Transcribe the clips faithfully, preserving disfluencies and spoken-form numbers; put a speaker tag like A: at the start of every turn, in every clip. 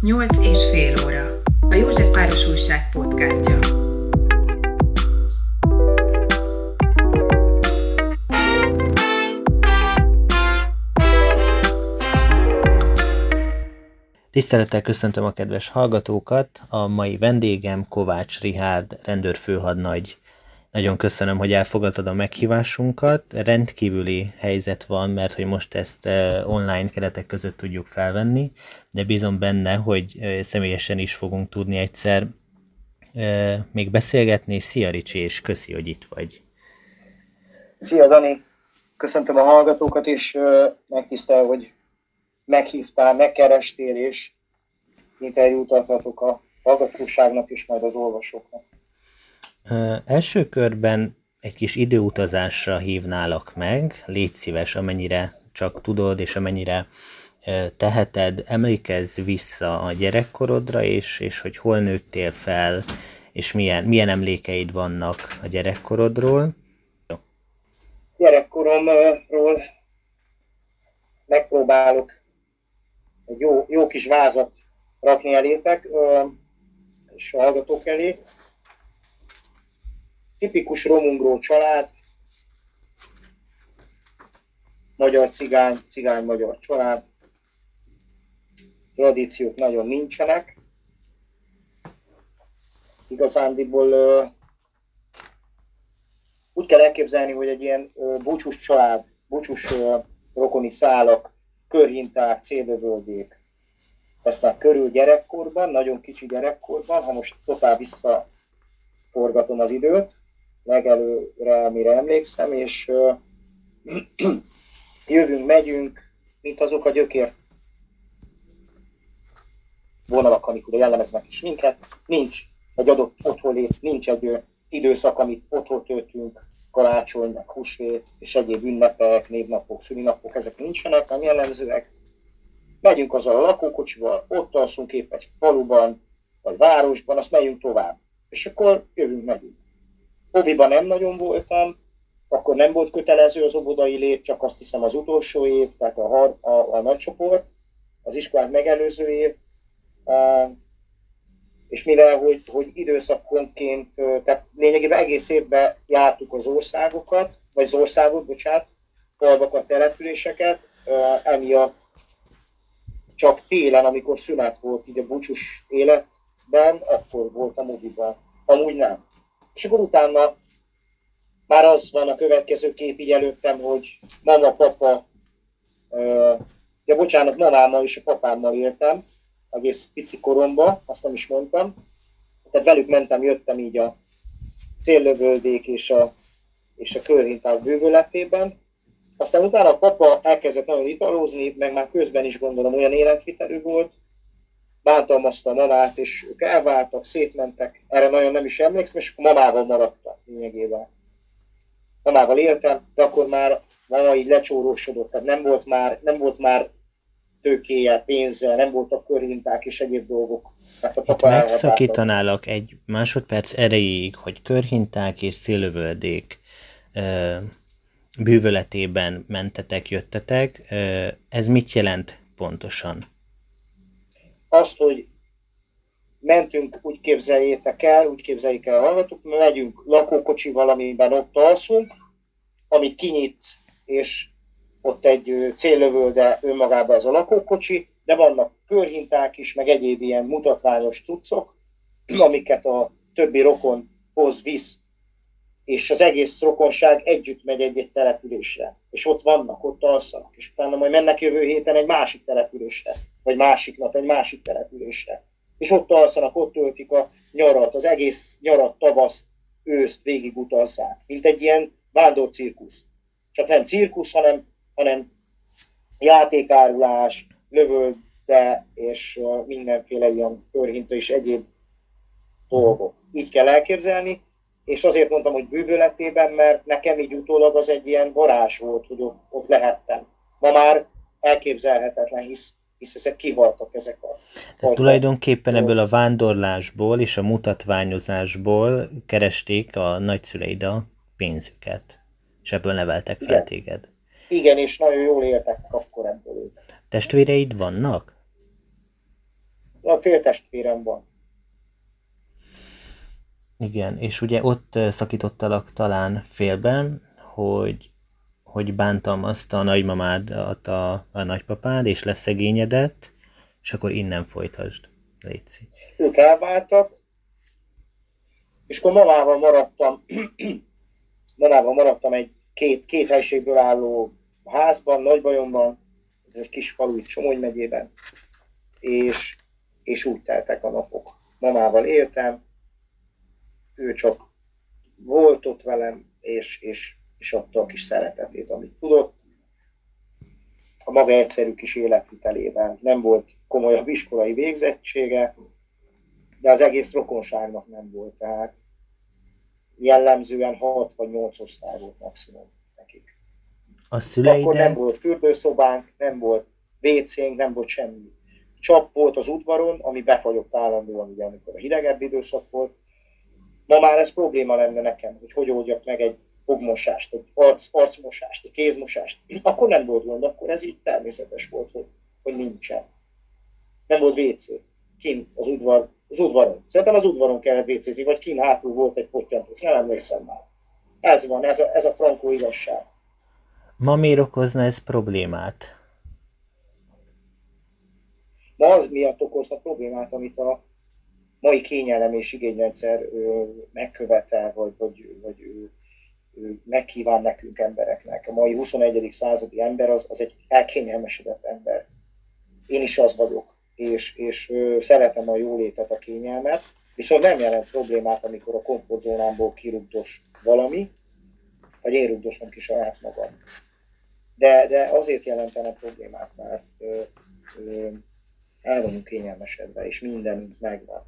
A: Nyolc és fél óra. A József Város Újság podcastja.
B: Tisztelettel köszöntöm a kedves hallgatókat, a mai vendégem Kovács Richárd rendőrfőhadnagy. Nagyon köszönöm, hogy elfogadtad a meghívásunkat. Rendkívüli helyzet van, mert hogy most ezt online keretek között tudjuk felvenni, de bízom benne, hogy személyesen is fogunk tudni egyszer még beszélgetni. Szia Ricsi, és köszi, hogy itt vagy.
C: Szia Dani, köszöntöm a hallgatókat, és megtisztel, hogy meghívtál, megkerestél, és interjút adhatok a hallgatóságnak és majd az olvasóknak.
B: Uh, első körben egy kis időutazásra hívnálak meg, légy szíves, amennyire csak tudod, és amennyire uh, teheted, emlékezz vissza a gyerekkorodra, és, és hogy hol nőttél fel, és milyen, milyen emlékeid vannak a gyerekkorodról.
C: Gyerekkoromról megpróbálok egy jó, jó kis vázat rakni elétek, és a hallgatók elé. Tipikus romungró család, magyar-cigány, cigány-magyar család. Tradíciók nagyon nincsenek. Igazándiból úgy kell elképzelni, hogy egy ilyen búcsús család, búcsús rokoni szálak, körhinták, céllövöldék. Aztán körül gyerekkorban, nagyon kicsi gyerekkorban, ha most totál visszaforgatom az időt, legelőre, amire emlékszem, és uh, jövünk, megyünk, mint azok a gyökér vonalak, amik ugye jellemeznek is minket. Nincs egy adott otthonlét, nincs egy uh, időszak, amit otthon töltünk, karácsony, meg húsvét, és egyéb ünnepek, névnapok, szülinapok, ezek nincsenek, nem jellemzőek. Megyünk azzal a lakókocsival, ott alszunk épp egy faluban, vagy városban, azt megyünk tovább. És akkor jövünk, megyünk. Óviban nem nagyon voltam, akkor nem volt kötelező az óvodai lét, csak azt hiszem az utolsó év, tehát a, har- a, a nagycsoport, az iskolát megelőző év. Uh, és mivel, hogy, hogy időszakonként, tehát lényegében egész évben jártuk az országokat, vagy az országot, bocsánat, falvakat, településeket, uh, emiatt csak télen, amikor szünet volt így a búcsús életben, akkor voltam óviban. Amúgy nem. És akkor utána már az van a következő kép így előttem, hogy mama, papa, uh, de bocsánat, mamámmal és a papámmal éltem, egész pici koromban, azt nem is mondtam. Tehát velük mentem, jöttem így a céllövöldék és a, és a körhinták bővületében. Aztán utána a papa elkezdett nagyon italózni, meg már közben is gondolom olyan életvitelű volt. Bántalmazta a mamát, és ők elváltak, szétmentek, erre nagyon nem is emlékszem, és akkor mamával maradtak lényegében. Mamával éltem, de akkor már mama így lecsórósodott, tehát nem volt már, nem volt már tőkéje, pénze, nem voltak körhinták és egyéb dolgok. Tehát a papa
B: Itt megszakítanálak egy másodperc erejéig, hogy körhinták és céllövöldék ö, bűvöletében mentetek, jöttetek. Ö, ez mit jelent pontosan?
C: Azt, hogy mentünk, úgy képzeljétek el, úgy képzeljék el a hallgatók, megyünk lakókocsival, amiben ott alszunk, amit kinyitsz, és ott egy céllövölde önmagában az a lakókocsi, de vannak körhinták is, meg egyéb ilyen mutatványos cuccok, amiket a többi rokon hoz, visz, és az egész rokonság együtt megy egy-egy településre, és ott vannak, ott alszanak, és utána majd mennek jövő héten egy másik településre, vagy másik nap egy másik településre, és ott alszanak, ott töltik a nyarat, az egész nyarat, tavaszt, őszt végigutazzák, mint egy ilyen vándorcirkusz. Csak nem cirkusz, hanem hanem játékárulás, lövölde és mindenféle ilyen körhinta és egyéb dolgok. Így kell elképzelni, és azért mondtam, hogy bűvöletében, mert nekem így utólag az egy ilyen varázs volt, hogy ott, ott lehettem. Ma már elképzelhetetlen, hisz, hisz ezek kihaltak ezek a...
B: Tehát tulajdonképpen ebből a vándorlásból és a mutatványozásból keresték a nagyszüleid a pénzüket, és ebből neveltek fel téged.
C: Igen, és nagyon jól éltek akkor ebből ők.
B: Testvéreid vannak?
C: A féltestvérem van.
B: Igen, és ugye ott ö, szakítottalak talán félben, hogy, hogy bántalmazta a nagymamádat a, a nagypapád, és leszegényedett, és akkor innen folytasd. Léci.
C: Ők elváltak, és akkor mamával maradtam, mamával maradtam egy két, két helységből álló házban, Nagybajomban, ez egy kis falu itt Somogy megyében, és, és úgy teltek a napok. Mamával éltem, ő csak volt ott velem, és, és, és adta a kis szeretetét, amit tudott. A maga egyszerű kis életvitelében nem volt komolyabb iskolai végzettsége, de az egész rokonságnak nem volt, tehát jellemzően hat vagy nyolc osztály volt maximum nekik.
B: A szüleidet...
C: Akkor nem volt fürdőszobánk, nem volt vécénk, nem volt semmi. Csap volt az udvaron, ami befagyott állandóan, ugye, amikor a hidegebb időszak volt. Ma már ez probléma lenne nekem, hogy hogy oldjak meg egy fogmosást, egy arc, arcmosást, egy kézmosást. Akkor nem volt gond, akkor ez így természetes volt, hogy, hogy nincsen. Nem volt vécé. Kint az udvar, az udvaron. Szerintem az udvaron kellett vécézni, vagy kint hátul volt egy pottyantós, nem emlékszem már. Ez van, ez a, ez a frankó igazság.
B: Ma miért okozna ez problémát?
C: Ma az miatt okozna problémát, amit a mai kényelem és igényrendszer ö, megkövetel, vagy, vagy, vagy ö, ö, megkíván nekünk embereknek. A mai huszonegyedik századi ember az, az egy elkényelmesedett ember. Én is az vagyok, és, és ö, szeretem a jólétet, a kényelmet, viszont nem jelent problémát, amikor a komfortzónámból kirugdos valami, vagy én rugdosom ki saját magam. De, de azért jelentene problémát, mert ö, ö, el vagyunk kényelmesedve, és mindenünk megvan.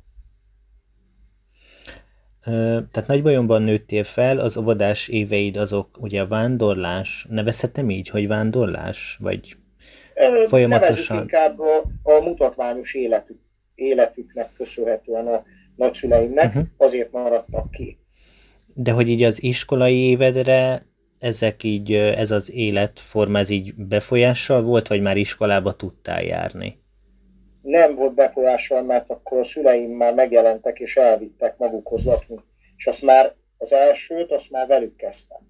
B: Ö, tehát Nagybajomban nőttél fel, az óvodás éveid azok ugye a vándorlás, nevezhetem így, hogy vándorlás? Vagy folyamatosan...
C: Nevezzük inkább a, a mutatványos életük, életüknek köszönhetően a nagyszüleimnek, uh-huh. azért maradtak ki.
B: De hogy így az iskolai évedre ezek így, ez az életforma, ez így befolyással volt, vagy már iskolába tudtál járni?
C: Nem volt befolyással, mert akkor a szüleim már megjelentek és elvittek magukhoz lakni. És azt már az elsőt, azt már velük kezdtem.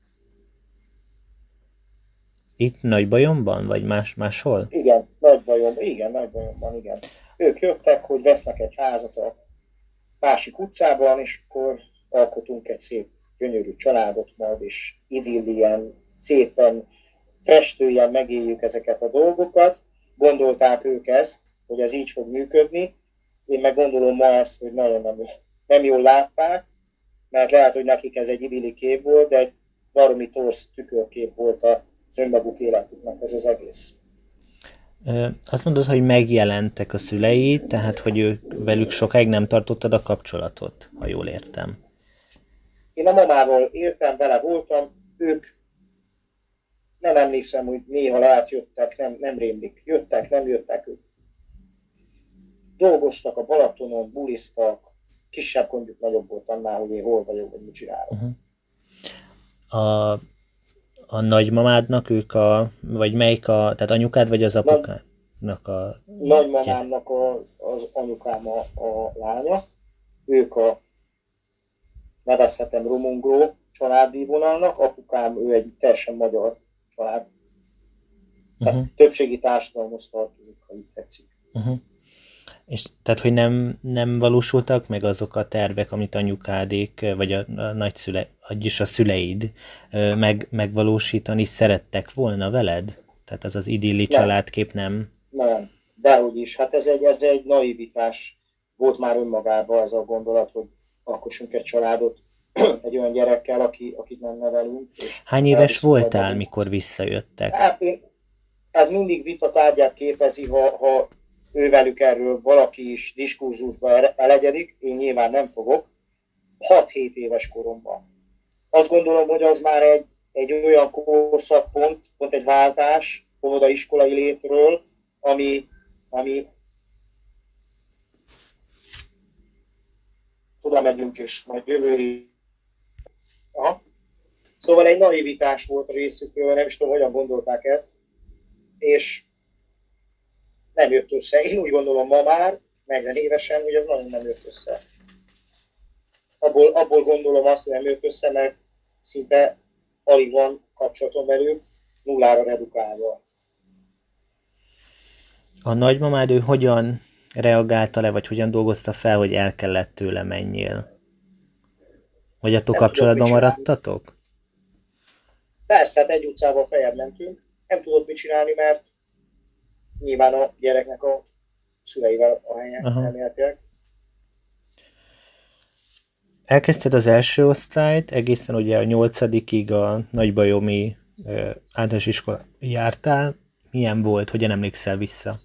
B: Itt Nagybajomban, vagy más, máshol?
C: Igen, Nagybajomban, igen, Nagybajomban, igen. Ők jöttek, hogy vesznek egy házat a másik utcában, és akkor alkotunk egy szép, gyönyörű családot majd, és idillien, szépen, festően megéljük ezeket a dolgokat. Gondolták ők ezt, hogy ez így fog működni. Én meg gondolom ma ezt, hogy nagyon nem, nem jól látták, mert lehet, hogy nekik ez egy idilli kép volt, de egy baromi torsz tükörkép volt az önmaguk életüknek ez az egész.
B: Azt mondod, hogy megjelentek a szülei, tehát hogy ők, velük sokáig nem tartottad a kapcsolatot, ha jól értem.
C: Én a mamával éltem, vele voltam, ők nem emlékszem, hogy néha lehet jöttek, nem, nem rémlik. Jöttek, nem jöttek ők. Dolgoztak a Balatonon, buliztak, kisebb gondjuk nagyobb volt annál, hogy én hol vagyok, vagy mit csinálok.
B: Uh-huh. A, a nagymamádnak ők a, vagy melyik a, tehát anyukád vagy az apukádnak a...
C: Nagymamámnak a, az anyukám a, a lánya, ők a, nevezhetem romungló családi vonalnak, apukám, ő egy teljesen magyar család. Tehát uh-huh. többségi társadalomhoz tartozik, ha így tetszik.
B: Uh-huh. És tehát, hogy nem, nem valósultak meg azok a tervek, amit anyukádék, vagy a, a nagyszüle, vagyis a szüleid meg, megvalósítani szerettek volna veled? Tehát az az idilli nem. Családkép nem?
C: Nem, dehogy is. Hát ez egy, ez egy naivitás volt már önmagában ez a gondolat, hogy alkossunk egy családot egy olyan gyerekkel, aki, akit nem nevelünk. És
B: hány éves voltál, mikor visszajöttek?
C: Hát én, ez mindig vita tárgyát képezi, ha, ha ővelük erről valaki is diskurzusba elegyedik, én nyilván nem fogok, hat-hét éves koromban. Azt gondolom, hogy az már egy, egy olyan korszakpont, pont egy váltás óvoda iskolai létről, ami, ami oda megyünk, és majd jövő. Aha. Szóval egy naivitás volt a részükről, nem is tudom, hogyan gondolták ezt, és nem jött össze. Én úgy gondolom ma már, negyven évesen, hogy ez nagyon nem jött össze. Abból, abból gondolom azt, hogy nem jött össze, mert szinte alig van kapcsolatom velük, nullára redukálva.
B: A nagymamád ő hogyan reagálta le, vagy hogyan dolgozta fel, hogy el kellett tőle menjél? Vagy attól
C: Nem
B: kapcsolatban
C: tudott mit
B: maradtatok?
C: Persze, hát egy utcával feljebb mentünk. Nem tudott mit csinálni, mert nyilván a gyereknek a szüleivel a helyen
B: Aha.
C: elméletileg.
B: Elkezdted az első osztályt, egészen ugye a nyolcadikig a nagybajomi ö, általános iskola jártál. Milyen volt, hogyan emlékszel vissza?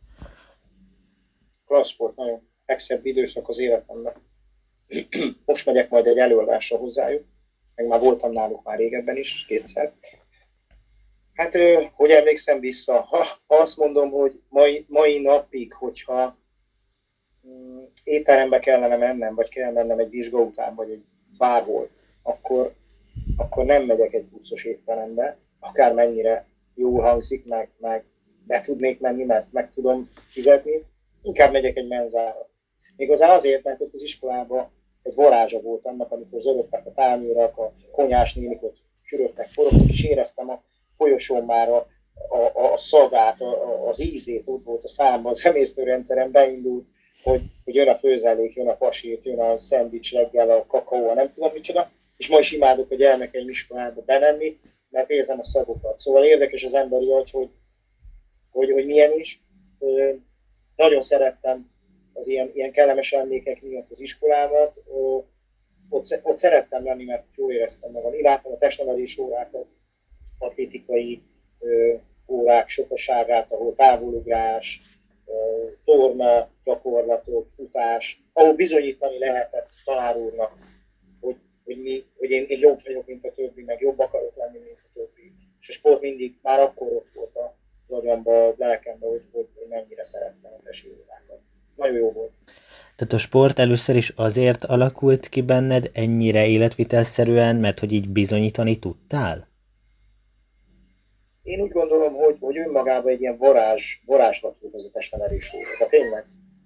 C: Klassz volt, nagyon legszebb időszak az életemben. Most megyek majd egy előadásra hozzájuk, meg már voltam náluk már régebben is, kétszer. Hát, hogy emlékszem vissza? Ha, ha azt mondom, hogy mai, mai napig, hogyha mm, étterembe kellene mennem, vagy kell mennem egy vizsga után, vagy egy bárhol, akkor, akkor nem megyek egy puccos étterembe, akármennyire jól hangzik, meg, meg be tudnék menni, mert meg tudom fizetni, inkább megyek egy menzára. Méghozzá azért, mert ott az iskolában egy varázsa volt annak, amikor zörögtek a tálnyúrak, a konyhás nénik ott sürögtek, forogtak, és éreztem a folyosón már a, a, a szagát, a, az ízét, ott volt a számban, az emésztőrendszerem beindult, hogy, hogy jön a főzelék, jön a fasírt, jön a szendvics reggel, a kakaó, nem tudom micsoda, és ma is imádok a gyermekeim iskolába bemenni, mert érzem a szagokat. Szóval érdekes az emberi agy, hogy, hogy, hogy milyen is. Ö, nagyon szerettem az ilyen, ilyen kellemes emlékek miatt az iskolámat. Ö, ott, ott szerettem lenni, mert jól éreztem magam. Imádtam a testnevelés órákat, atlétikai ö, órák sokaságát, ahol távolugrás, ö, torna, gyakorlatok, futás, ahol bizonyítani lehetett tanár úrnak, hogy, hogy, mi, hogy én, én jobb vagyok, mint a többi, meg jobb akarok lenni, mint a többi. És a sport mindig már akkor ott volt az agyamba, a lelkemben, hogy, hogy, hogy mennyire szerettem a testőrórákat. Nagyon jó volt.
B: Tehát a sport először is azért alakult ki benned ennyire életvitelszerűen, mert hogy így bizonyítani tudtál?
C: Én úgy gondolom, hogy, hogy önmagában egy ilyen varázs, varázslat volt az a testnevelés óra. De tényleg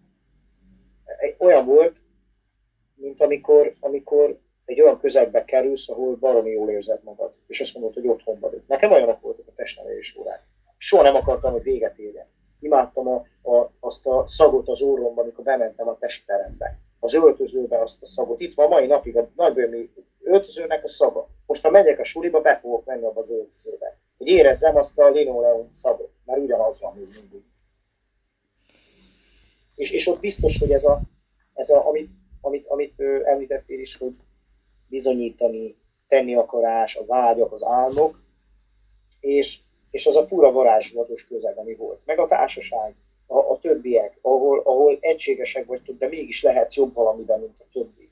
C: olyan volt, mint amikor, amikor egy olyan közegbe kerülsz, ahol baromi jól érzed magad, és azt mondod, hogy otthon vagyok. Nekem olyanok voltak a testnevelés órák. Soha nem akartam, hogy véget érjen. Imádtam a, a, azt a szagot az orromban, amikor bementem a testterembe. Az öltözőbe azt a szagot. Itt van mai napig a nagybőmi öltözőnek a szaga. Most, ha megyek a suliba, be fogok venni abba az öltözőbe. Hogy érezzem azt a linoleum szagot, mert ugyanaz van még mindig. És, és ott biztos, hogy ez a, ez a amit, amit, amit említettél is, hogy bizonyítani, tenni akarás, a vágyak, az álmok, és, és az a fura varázslatos közeg, ami volt. Meg a társaság, a, a többiek, ahol, ahol egységesek vagytok, de mégis lehetsz jobb valamiben, mint a többi.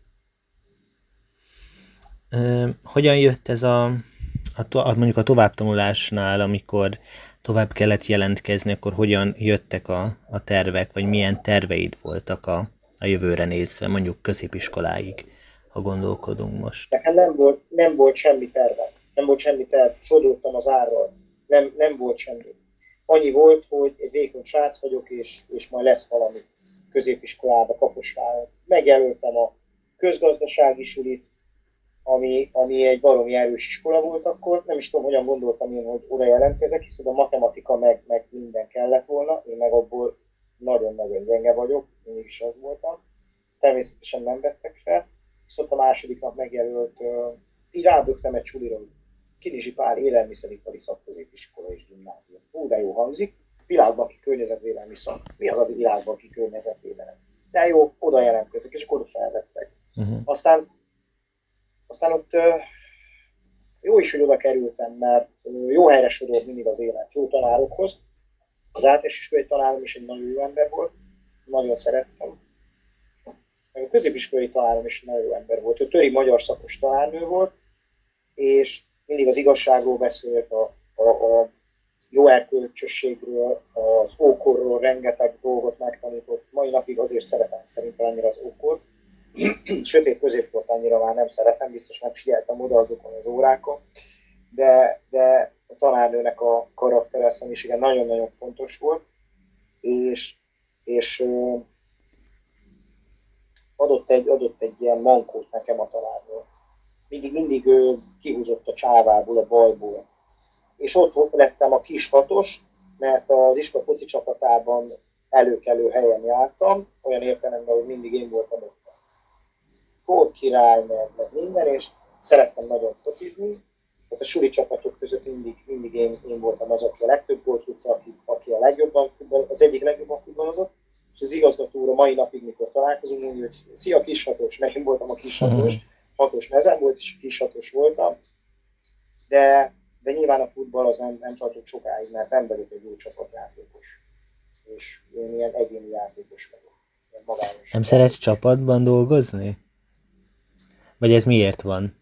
B: Ö, hogyan jött ez a, a, to- a mondjuk a továbbtanulásnál, amikor tovább kellett jelentkezni, akkor hogyan jöttek a, a tervek, vagy milyen terveid voltak a, a jövőre nézve, mondjuk középiskoláig, ha gondolkodunk most?
C: Nekem nem volt, nem volt semmi terve. Nem volt semmi terv. Sodródtam az árral. Nem, nem volt semmi. Annyi volt, hogy egy vékony srác vagyok, és, és majd lesz valami középiskolába, Kaposváron. Megjelöltem a közgazdasági sulit, ami, ami egy baromi erős iskola volt akkor. Nem is tudom, hogyan gondoltam én, hogy oda jelentkezek, hiszen a matematika meg, meg minden kellett volna. Én meg abból nagyon-nagyon gyenge vagyok, én is az voltam. Természetesen nem vettek fel. Viszont a második nap megjelölt, uh, így rábögtem egy csulira, hogy Kinizsi Pál élelmiszeripari szakközépiskola és gimnázium. Ó, de jó hangzik. Világbanki környezetvédelmi szak. Mi az a világbanki környezetvédelem? De jó, oda jelentkezek, és akkor oda felvettek. Uh-huh. Aztán, aztán ott uh, jó is, hogy oda kerültem, mert uh, jó helyre sorolt mindig az élet, jó tanárokhoz. Az általános iskolai tanárom is egy nagyon jó ember volt, nagyon szerettem. Meg a középiskolai tanárom is nagyon jó ember volt. Ő töri magyar szakos tanárnő volt, és mindig az igazságról beszélt, a, a, a jó erkölcsösségről, az ókorról rengeteg dolgot megtanított. Mai napig azért szeretem szerintem annyira az ókort. Sötét középkort annyira már nem szeretem, biztos nem figyeltem oda azokon az órákon, de, de a tanárnőnek a karaktere személyisége nagyon-nagyon fontos volt, és, és adott egy, adott egy ilyen mankót nekem a tanárról. Mindig, mindig ő kihúzott a csávából, a bajból. És ott lettem a kis hatos, mert az iskola foci csapatában előkelő helyen jártam, olyan értelemben, hogy mindig én voltam ott a gól király, meg, meg minden, és szerettem nagyon focizni. Tehát a suli csapatok között mindig, mindig én, én voltam az, aki a legtöbb gólt rúgta, aki, aki a legjobban futball, az egyik legjobban futballozott. És az igazgató a mai napig, mikor találkozunk, mondja, hogy szia kis hatos, mert én voltam a kis hatos, hatos mezem volt, és kis hatos voltam. De, de nyilván a futball az nem, nem tartott sokáig, mert nem vagyok egy jó csapatjátékos. És én ilyen egyéni játékos vagyok. Ilyen magányos.
B: Nem szeretsz csapatban dolgozni? Vagy ez miért van?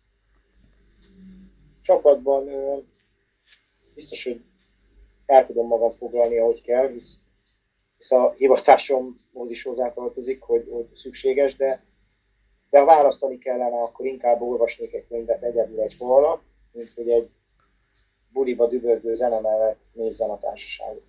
C: Csapatban ö, biztos, hogy el tudom magam foglalni, ahogy kell, hisz, hisz a hivatásomhoz is hozzátartozik, hogy, hogy szükséges, de, de ha választani kellene, akkor inkább olvasnék egy könyvet egyedül egy fal alatt, mint hogy egy buliba dübörgő zene mellett nézzem a társaságot.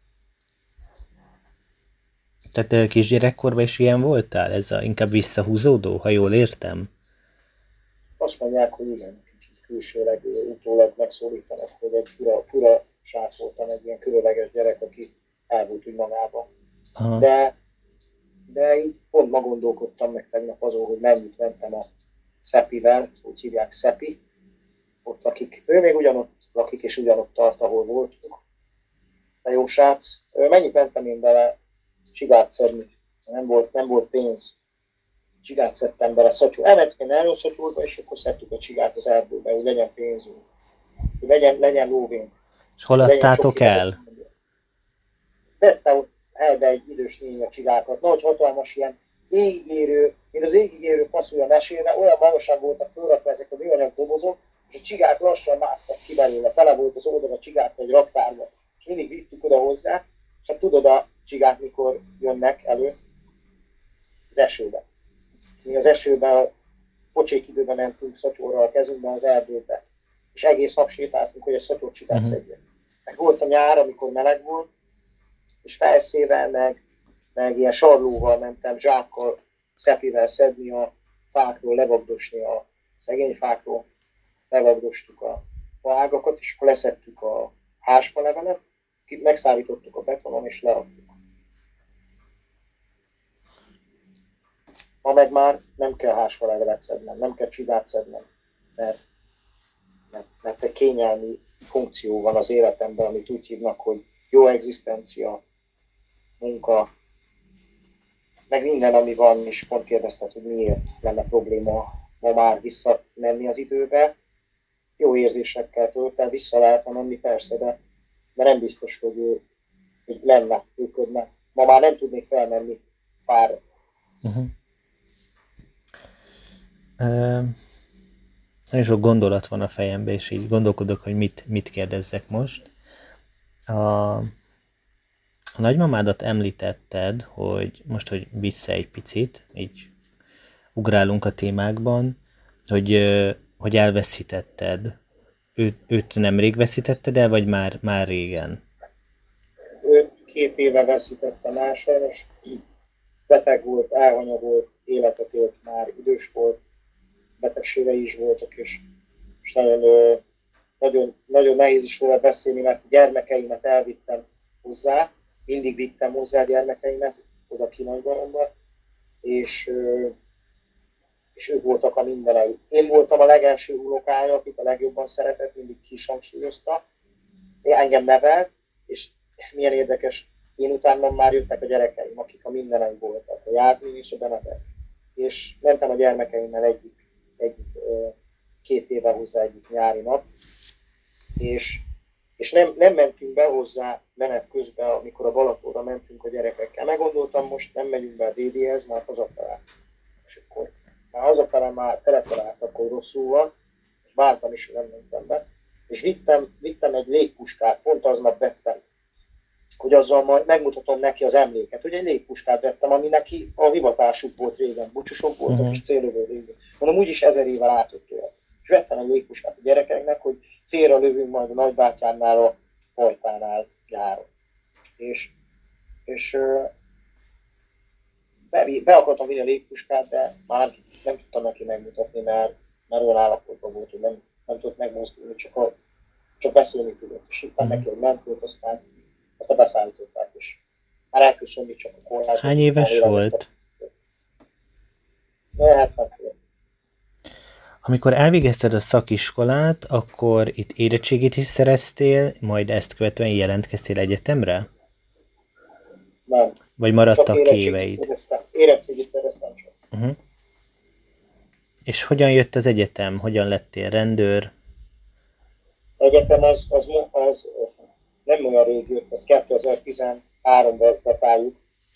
B: Tehát te kisgyerekkorban is ilyen voltál? Ez a inkább visszahúzódó, ha jól értem?
C: Azt mondják, hogy igen, külsőleg, utólag megszólítanak, hogy egy fura, fura srác voltam, egy ilyen különleges gyerek, aki el volt úgy magában. De, de így pont ma gondolkodtam meg tegnap azon, hogy mennyit mentem a Szepivel, úgy hívják Szepi, ott lakik, ő még ugyanott lakik, és ugyanott tart, ahol voltunk. De jó srác. Mennyit mentem én bele csigát szedni? Nem volt, nem volt pénz. Csigát szedtem bele szatyú. Elmentünk egy előszatyúrba, és akkor szedtük a csigát az erdőbe, hogy legyen pénzünk. Hogy legyen, legyen lóvink.
B: És hol adtátok el?
C: Vette ott helybe egy idős néni a csigákat. Nagy hatalmas ilyen égigérő, mint az égigérő passzolja mesélve, olyan magasan voltak fölrakva ezek a műanyag dobozok, és a csigák lassan másztak ki belőle. Tele volt az oldal a csigák egy raktárba. És mindig vittük oda hozzá, és hát tudod a csigák mikor jönnek elő? Az esőben. Mi az esőben, a pocsék időben mentünk szatyorral a kezünkben az erdőbe, és egész nap sétáltunk, hogy a szatyor csigát uh-huh. szedjek. Meg volt a nyár, amikor meleg volt, és felszével, meg, meg ilyen sarlóval mentem, zsákkal, szepivel szedni a fákról, levagdosni a szegény fákról, levagdostuk a faágakat, és akkor leszedtük a házfalevelet, megszállítottuk a betonon, és leadtuk. Ma meg már nem kell házfalevelet szednem, nem kell csigát szednem, mert, mert, mert egy kényelmi funkció van az életemben, amit úgy hívnak, hogy jó egzisztencia, munka, meg minden, ami van, és pont kérdezted, hogy miért lenne probléma ma már visszamenni az időbe. Jó érzésekkel tölt el, vissza lehetne menni persze, de, de nem biztos, hogy, ő, hogy lenne, működne. Ma már nem tudnék felmenni fára.
B: Uh-huh. Uh, nagyon sok gondolat van a fejemben, és így gondolkodok, hogy mit, mit kérdezzek most. A, a nagymamádat említetted, hogy most, hogy vissza egy picit, így ugrálunk a témákban, hogy, hogy elveszítetted. Ő, őt nemrég veszítetted el, vagy már, már régen?
C: Őt két éve veszítettem el, sajnos beteg volt, elhanyagolt, életet élt már, idős volt, betegségei is voltak, és, és nagyon, nagyon, nagyon nehéz is róla beszélni, mert a gyermekeimet elvittem hozzá, mindig vittem hozzá a gyermekeimet, oda ki Nagybaromba, és, és ők voltak a mindenei. Én voltam a legelső unokája, akit a legjobban szeretett, mindig kihangsúlyozta. Engem nevelt, és milyen érdekes, én utána már jöttek a gyerekeim, akik a mindenei voltak, a Jászmin és a Benedek. És mentem a gyermekeimmel egyik, egyik két éve hozzá egyik nyári nap, és, és nem, nem mentünk be hozzá menet közben, amikor a Balatonra mentünk a gyerekekkel. Meggondoltam, most nem megyünk be a Dédihez, már hazatalált. És akkor már hazatalált, már teletalált, akkor rosszul van, és bántam is, hogy nem mentem be. És vittem, vittem egy légpuskát, pont aznap vettem, hogy azzal majd megmutatom neki az emléket. Ugye egy légpuskát vettem, ami neki a hivatásuk volt régen, bucsosok voltak uh-huh. és célövő régen. Mondom, úgyis ezer éve látott olyat. És vettem egy légpuskát a gyerekeknek, hogy célra lövünk majd a nagybátyámnál, a Pajtánál gyáron. És, és, be, be akartam vinni a légpuskát, de már nem tudtam neki megmutatni, mert, mert olyan állapotban volt, hogy nem, nem tudott megmozdulni, csak, a, csak beszélni tudott. És hittem neki, hogy mentkült, aztán, aztán beszállították, és már elköszönni csak a kórházban.
B: Hány éves volt?
C: hetven fő.
B: Amikor elvégezted a szakiskolát, akkor itt érettségit is szereztél, majd ezt követően jelentkeztél egyetemre?
C: Nem.
B: Vagy maradtak
C: csak érettségit
B: éveid?
C: Szereztem. Érettségit szereztem csak.
B: Uh-huh. És hogyan jött az egyetem? Hogyan lettél rendőr?
C: Egyetem az, az, az nem olyan rég jött, az kétezer-tizenháromban datáljuk,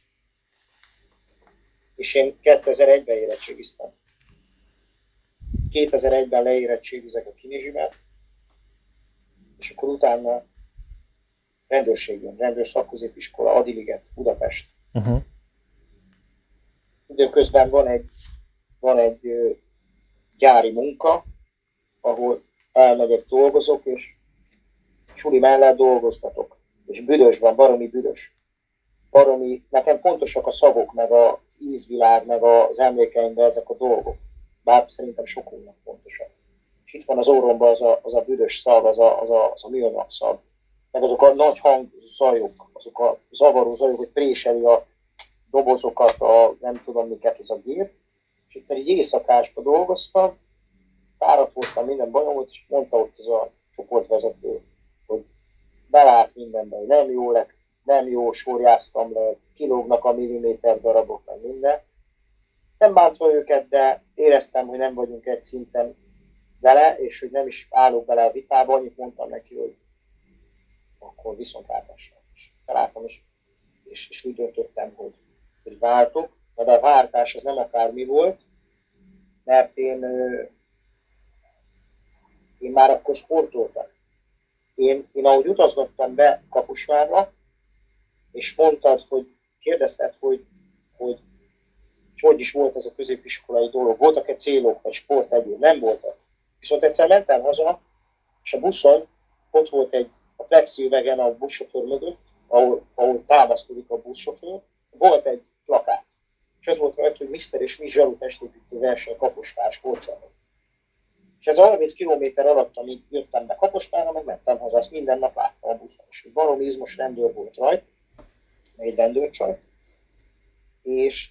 C: és én kétezer-egyben érettségiztem. kétezer-egyben leérettségizek a kinizsimet, és akkor utána rendőrségen, rendőr szakközépiskola, Adiliget, Budapest.
B: Uh-huh.
C: Időközben van egy, van egy ö, gyári munka, ahol elmegyek, dolgozok, és suli mellett dolgoztatok. És büdös van, baromi büdös. Baromi, nekem fontosak a szagok, meg az ízvilág, meg az emlékeimben ezek a dolgok. Bár szerintem sokunknak fontosak. És itt van az orromban az a, az a büdös szag, az a, az a, az a műanyag szag. Meg azok a nagy hangzajok, azok a zavaró zajok, hogy préseli a dobozokat, a nem tudom miket ez a gép. És egyszer így éjszakásba dolgoztam, fáradt voltam, minden bajom volt, és mondta ott ez a csoportvezető, hogy belát mindenben, hogy nem jó lett, nem jó, sorjáztam le, kilógnak a milliméter darabok, meg minden. Nem bántva őket, de éreztem, hogy nem vagyunk egy szinten vele, és hogy nem is állok bele a vitába, annyit mondtam neki, hogy akkor viszontlátásra. És felálltam, és, és, és úgy döntöttem, hogy, hogy váltok, de a váltás az nem akármi volt, mert én, én már akkor sportoltam. Én, én ahogy utazgattam be Kaposvárra, és mondtad, hogy kérdezted, hogy, hogy hogy is volt ez a középiskolai dolog. Voltak-e célok, vagy sport egyéb? Nem voltak. Viszont egyszer mentem haza, és a buszon ott volt egy a plexi üvegen a buszsofőr mögött, ahol, ahol támaszkodik a buszsofőr, volt egy plakát. És ez volt rajta, hogy miszter és Miss Zsaru testépítő verseny Kaposvár sportcsarnok. És ez a harminc kilométer alatt, amíg jöttem be Kaposvárra, meg mentem haza, azt minden nap láttam a buszon. És valami izmos rendőr volt rajta, egy rendőrcsaj, és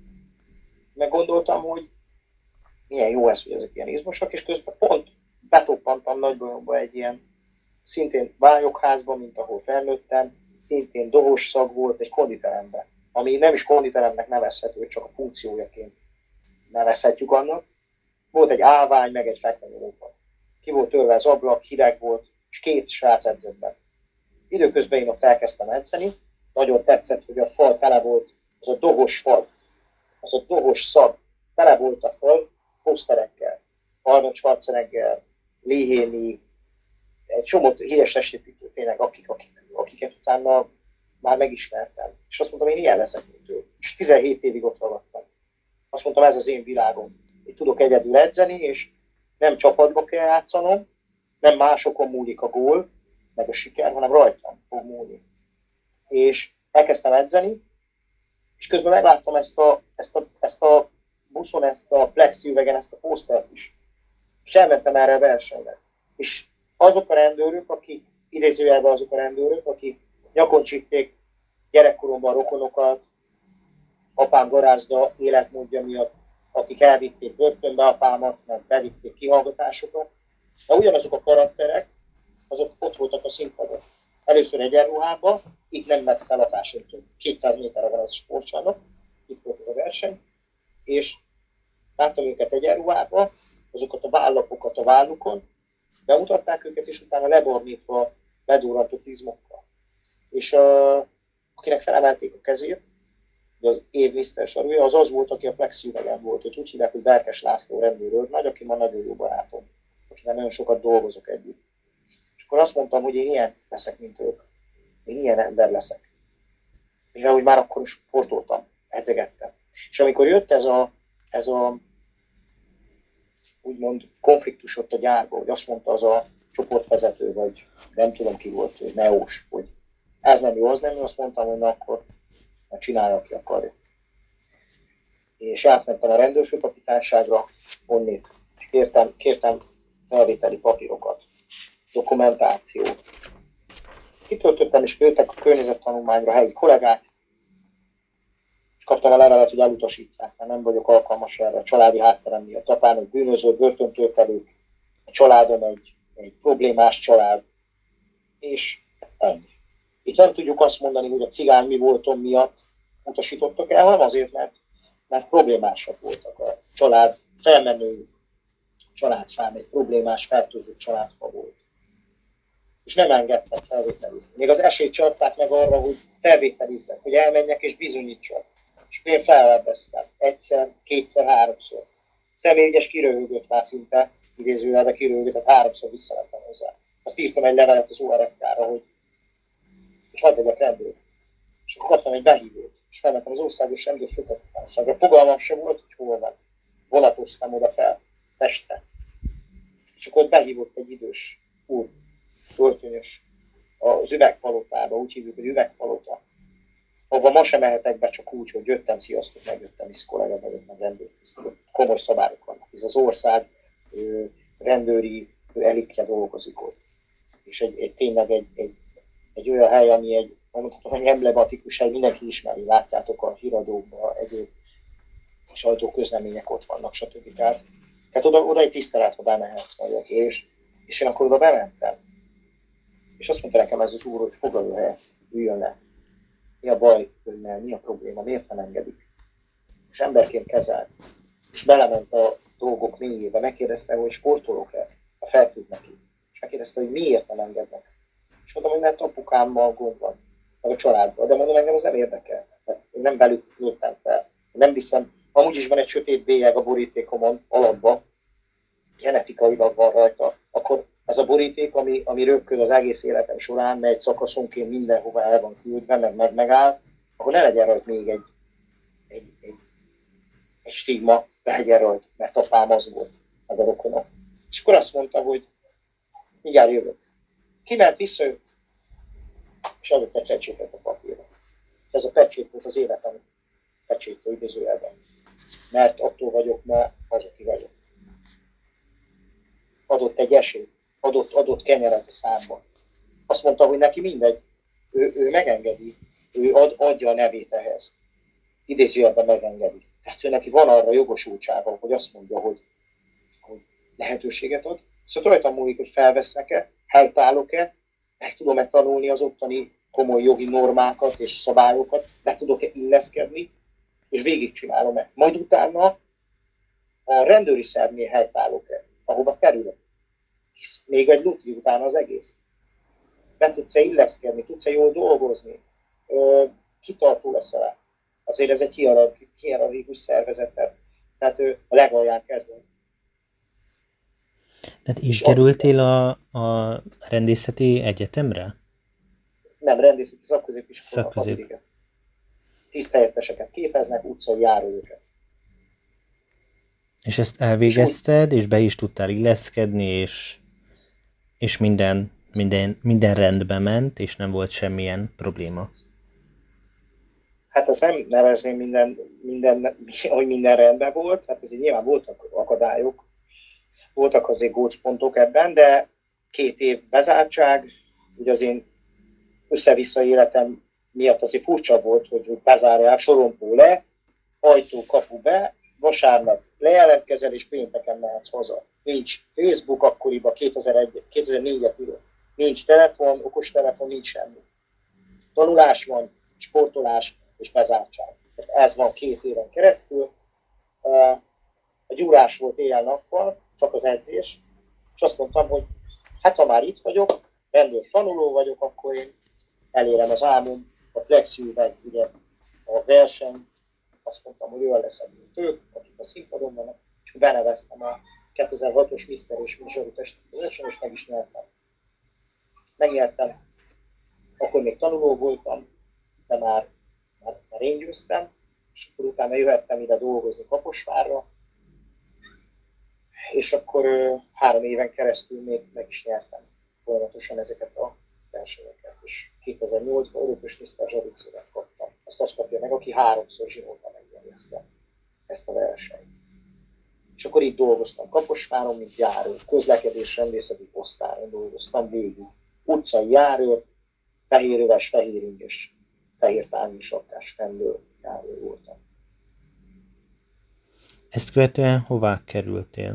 C: meggondoltam, hogy milyen jó ez, hogy ezek ilyen izmosak, és közben pont betoppantam Nagybolyonba egy ilyen szintén vályokházba, mint ahol felnőttem, szintén dohos szag volt egy konditeremben, ami nem is konditeremnek nevezhető, csak a funkciójaként nevezhetjük annak. Volt egy állvány, meg egy fekvenyolópad. Ki volt törve az ablak, hideg volt, és két srác edzett be. Időközben én ott elkezdtem edzeni, nagyon tetszett, hogy a fal tele volt, az a dohos fal, az a dohos szag, tele volt a fal poszterekkel, Arnold Schwarzenegger, Léhéni, egy csomó híres testépítő tényleg, akik, akik, akiket utána már megismertem. És azt mondtam, én ilyen leszek, mint ő. És tizenhét évig ott ragadtam. Azt mondtam, ez az én világom. Itt tudok egyedül edzeni, és nem csapatba kell játszanom, nem másokon múlik a gól, meg a siker, hanem rajtam fog múlni. És elkezdtem edzeni, és közben megláttam ezt a, ezt a, ezt a buszon, ezt a plexi üvegen, ezt a posztert is. És elmentem erre a versenyre. És azok a rendőrök, akik, idézőjelben azok a rendőrök, akik nyakon csípték gyerekkoromban rokonokat, apám garázda életmódja miatt, akik elvitték börtönbe apámat, mert bevitték kihallgatásokat. De ugyanazok a karakterek, azok ott voltak a színpadon. Először egyenruhában, itt nem messze lakásomtól, kétszáz méterre van ez a sportcsarnok, itt volt ez a verseny, és láttam őket egyenruhában, azokat a vállapokat a vállukon, bemutatták őket, és utána lebornítva, ledurrantott izmokkal. És uh, akinek felemelték a kezét, az év miszter Sarúja, az az volt, aki a plexi üvegen volt, őt úgy hívják, hogy Berkes László rendőrőrnagy, aki ma nagyon jó barátom, akivel nagyon sokat dolgozok együtt. És akkor azt mondtam, hogy én ilyen leszek, mint ők. Én ilyen ember leszek. Mivel hogy már akkor is sportoltam, edzegettem. És amikor jött ez a, ez a úgymond konfliktus ott a gyárban, hogy azt mondta az a csoportvezető, vagy nem tudom ki volt, hogy Neós, hogy ez nem jó, az nem jó, azt mondtam, hogy na akkor csinálja, aki akarja. és átmentem a rendőrfőkapitányságra, onnét, és kértem, kértem felvételi papírokat, dokumentációt. Kitöltöttem, és jöttek a környezettanulmányra helyi kollégák, és kaptam a levelet, hogy elutasítják, mert nem vagyok alkalmas erre a családi hátterem miatt. Apám egy bűnöző, börtöntöltelék, a családom egy, egy problémás család, és ennyi. Itt nem tudjuk azt mondani, hogy a cigány mi voltom miatt utasítottak el, hanem azért, mert, mert problémásak voltak a család, felmenő családfám, egy problémás, fertőzött családfa volt. És nem engedtek felvételizni. Még az esélyt csapták meg arra, hogy felvételizzek, hogy elmenjek és bizonyítsak. És én fellebbeztem. Egyszer, kétszer, háromszor. Személyügyes kiröhögött már szinte, idézőjelben kiröhögött, tehát háromszor visszamentem hozzá. Azt írtam egy levelet az o er ef ká-ra, hogy és hagyd legyek rendőr. És akkor kaptam egy behívót, és felmentem az országos rendőrfőkapitányságra. Fogalmam sem volt, hogy hol van. Vonatoztam oda fel, Pestre. És akkor ott behívott egy idős úr, öltönyös, az üvegpalotába, úgy hívjuk, hogy üvegpalota, ahova ma sem mehetek be, csak úgy, hogy jöttem, sziasztok, megjöttem, hisz kollega vagyok, meg rendőrtisztő. Komoly szabályok vannak. Ez az ország ö, rendőri elitje dolgozik ott. És egy, egy, tényleg egy, egy, egy olyan hely, ami egy, mondhatom, egy emblematikus hely, mindenki ismeri, látjátok a híradókban, egyéb sajtóközlemények ott vannak, stb. Tehát, tehát oda, oda egy tisztelet, ha bemehetsz majd, és, és én akkor oda bementem. És azt mondta nekem ez az úr, hogy foglaljon helyet, üljön le. Mi a baj önnel, mi a probléma, miért nem engedik? És emberként kezelt. És belement a dolgok mélyébe, megkérdezte, hogy sportolok-e, ha feltűnt neki. És megkérdezte, hogy miért nem engednek. És mondom, hogy mert apukámmal gond van, meg a családban. De mondom, engem ez nem érdekel. Mert én nem velük nőttem fel. Nem viszem, amúgy is van egy sötét bélyeg a borítékomon, alapban, genetikailag van rajta, akkor ez a boríték, ami, ami röpköd az egész életem során, mert egy szakaszonként mindenhova el van küldve, meg, meg megáll, akkor ne legyen rajta még egy, egy, egy, egy stigma, legyen rajta, mert apám az volt, meg a rokonok. És akkor azt mondta, hogy mindjárt jövök. Kiment, visszajött, és adott egy pecsétet a papírra. És ez a pecsét volt az életem pecsétje idézőjelben. Mert attól vagyok ma az, aki vagyok. Adott egy esélyt, adott, adott kenyeret a számba. Azt mondta, hogy neki mindegy, ő, ő megengedi, ő ad, adja a nevét ehhez. Idézőjelben megengedi. Tehát ő neki van arra jogosultsága, hogy azt mondja, hogy, hogy lehetőséget ad. Szóval rajtam múlik, hogy felvesznek-e, helytállok-e, meg tudom-e tanulni az ottani komoly jogi normákat és szabályokat, le tudok-e illeszkedni, és végigcsinálom-e. Majd utána a rendőri szervnél helytállok-e, ahova kerülök. Hisz még egy lutri utána az egész. Be tudsz-e illeszkedni, tudsz-e jól dolgozni, ö, kitartó leszel. Azért ez egy hierarchikus szervezet, tehát ö, a legalján kezdve.
B: Tehát így kerültél a, a rendészeti egyetemre?
C: Nem, rendészeti szakközépiskola.
B: Szakközép.
C: Tiszthelyetteseket képeznek, utcai járóőket.
B: És ezt elvégezted, és be is tudtál illeszkedni, és, és minden, minden, minden rendbe ment, és nem volt semmilyen probléma.
C: Hát azt nem nevezném minden, minden, hogy minden rendben volt, hát azért nyilván voltak akadályok, voltak azért gócpontok ebben, de két év bezártság, ugye az én össze-vissza életem miatt azért furcsa volt, hogy bezárják, sorompó le, ajtó, kapu be, vasárnap lejelentkezel, és pénteken mehetsz haza. Nincs Facebook akkoriban, kétezer-egy, kétezer-négyet író. Nincs telefon, okostelefon, nincs semmi. Tanulás van, sportolás és bezártság. Tehát ez van két éven keresztül. A gyúrás volt éjjel-nappal, csak az edzés, és azt mondtam, hogy hát ha már itt vagyok, rendőr tanuló vagyok, akkor én elérem az álmom, a plexiüveg, ugye a verseny, azt mondtam, hogy olyan leszek, mint ők, akik a színpadon vannak, és beneveztem a kétezer-hatos miszter és Mizsori testvérzésen, és meg is nyertem. Megnyertem, akkor még tanuló voltam, de már, már, már én győztem, és akkor utána jöhettem ide dolgozni Kaposvárra, és akkor három éven keresztül még meg is nyertem folyamatosan ezeket a versenyeket, és kétezer-nyolcban Örökös miszter Zsabi címet kaptam. Azt azt kapja meg, aki háromszor zsinórban megnyeri ezt a ezt a versenyt. És akkor itt dolgoztam Kaposváron, mint járő, közlekedés rendészeti osztályon dolgoztam végig. Utcai járő, fehéröves, fehéringes, fehér tányi sapkás rendőr járő voltam.
B: Ezt követően hová kerültél?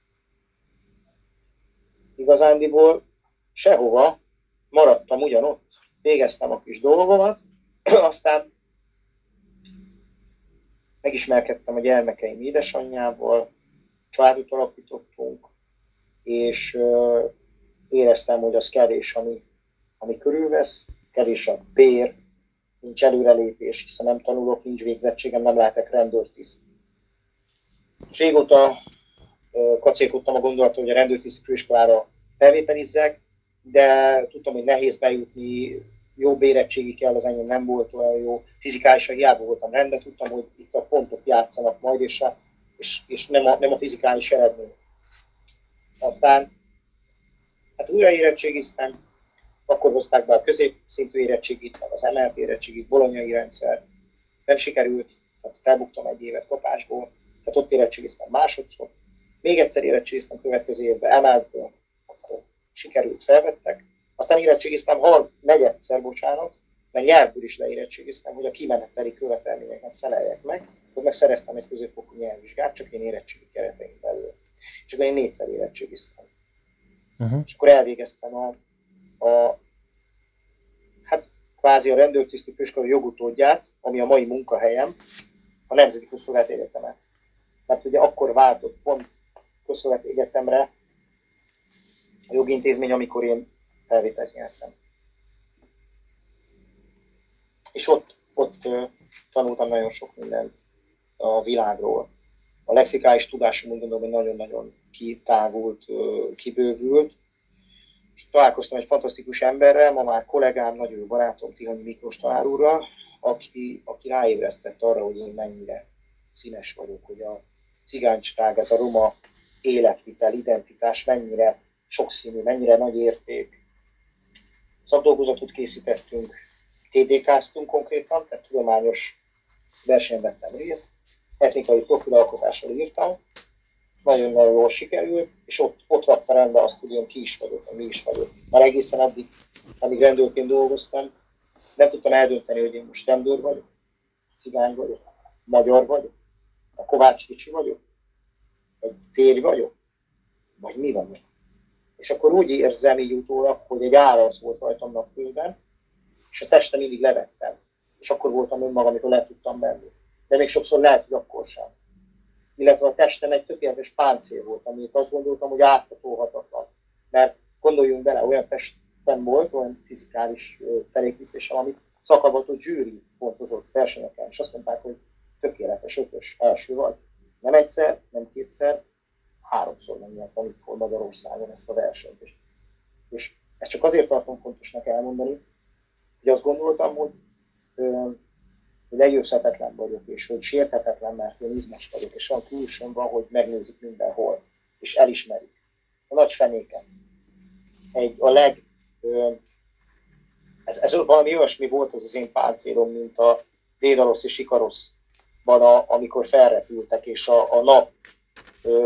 C: Igazándiból sehova, maradtam ugyanott, végeztem a kis dolgomat, aztán megismerkedtem a gyermekeim édesanyjával, családot alapítottunk, és uh, éreztem, hogy az kevés, ami, ami körülvesz, kevés a bér, nincs előrelépés, hiszen nem tanulok, nincs végzettségem, nem lehetek rendőrtiszt. És régóta uh, kacérkodtam a gondolatot, hogy a rendőrtiszti főiskolára felvételizzek, de tudtam, hogy nehéz bejutni, jó érettségi kell, az enyém nem volt olyan jó, fizikálisan hiába voltam rendben, tudtam, hogy itt a pontok játszanak majd, és, a, és, és nem, a, nem a fizikális eredmény. Aztán hát újra érettségiztem, akkor hozták be a középszintű érettségit, meg az emelt érettségit, bolonyai rendszer. Nem sikerült, tehát elbuktam egy évet kapásból, tehát ott érettségiztem másodszor. Még egyszer érettségiztem következő évben, emeltből, akkor sikerült, felvettek. Aztán érettségiztem har- negyedszer, bocsánat, mert nyelvből is leérettségiztem, hogy a kimeneteli követelményeknek feleljek meg, hogy megszereztem egy középfokú nyelvvizsgát, csak én érettségi keretein belül. És akkor én négyszer érettségiztem. Uh-huh. És akkor elvégeztem a, a hát kvázi a rendőrtiszti főiskola jogutódját, ami a mai munkahelyem, a Nemzeti Közszolgálati Egyetemet. Mert ugye akkor váltott pont Közszolgálati Egyetemre a jogintézmény, amikor én felvételt nyertem. És ott, ott uh, tanultam nagyon sok mindent a világról. A lexikális tudásom úgy gondolom, hogy nagyon-nagyon kitágult, uh, kibővült. És találkoztam egy fantasztikus emberrel, ma már kollégám, nagyon jó barátom, Tihanyi Miklós tanár úrral, aki, aki ráébresztett arra, hogy én mennyire színes vagyok, hogy a cigányság, ez a roma életvitel, identitás mennyire sokszínű, mennyire nagy érték. Szakdolgozatot készítettünk, té dé ká-ztunk konkrétan, tehát tudományos versenyen vettem részt, etnikai profilalkotással írtam, nagyon-nagyon jól sikerült, és ott, ott rakta rendbe azt, hogy én ki is vagyok, mi is vagyok. Már egészen addig, amíg rendőrként dolgoztam, nem tudtam eldönteni, hogy én most rendőr vagyok, cigány vagyok, magyar vagyok, a Kovács kicsi vagyok, egy férj vagyok, vagy mi vagyok. És akkor úgy érzem így utólag, hogy egy árasz volt rajtam napközben, és ezt este mindig levettem. És akkor voltam önmagam, amikor le tudtam menni. De még sokszor lehet, hogy akkor sem. Illetve a testem egy tökéletes páncél volt, amit azt gondoltam, hogy áthatolhatatlan. Mert gondoljunk bele, olyan testem volt, olyan fizikális felépítésem, amit szakavatott zsűri pontozott versenyeken, és azt mondták, hogy tökéletes ötös első vagy. Nem egyszer, nem kétszer, háromszor megnyertem itt Magyarországon ezt a versenyt. És, és ezt csak azért tartom fontosnak elmondani, hogy azt gondoltam, hogy, hogy legyőzhetetlen vagyok, és hogy sérthetetlen, mert én izmos vagyok, és olyan külsőm van, hogy megnézik mindenhol, és elismerik. A nagy fenéket. Egy, a leg... Ez, ez valami olyasmi volt az az én páncélom, mint a Dédalosz és Ikaroszban, a, amikor felrepültek, és a, a nap ö,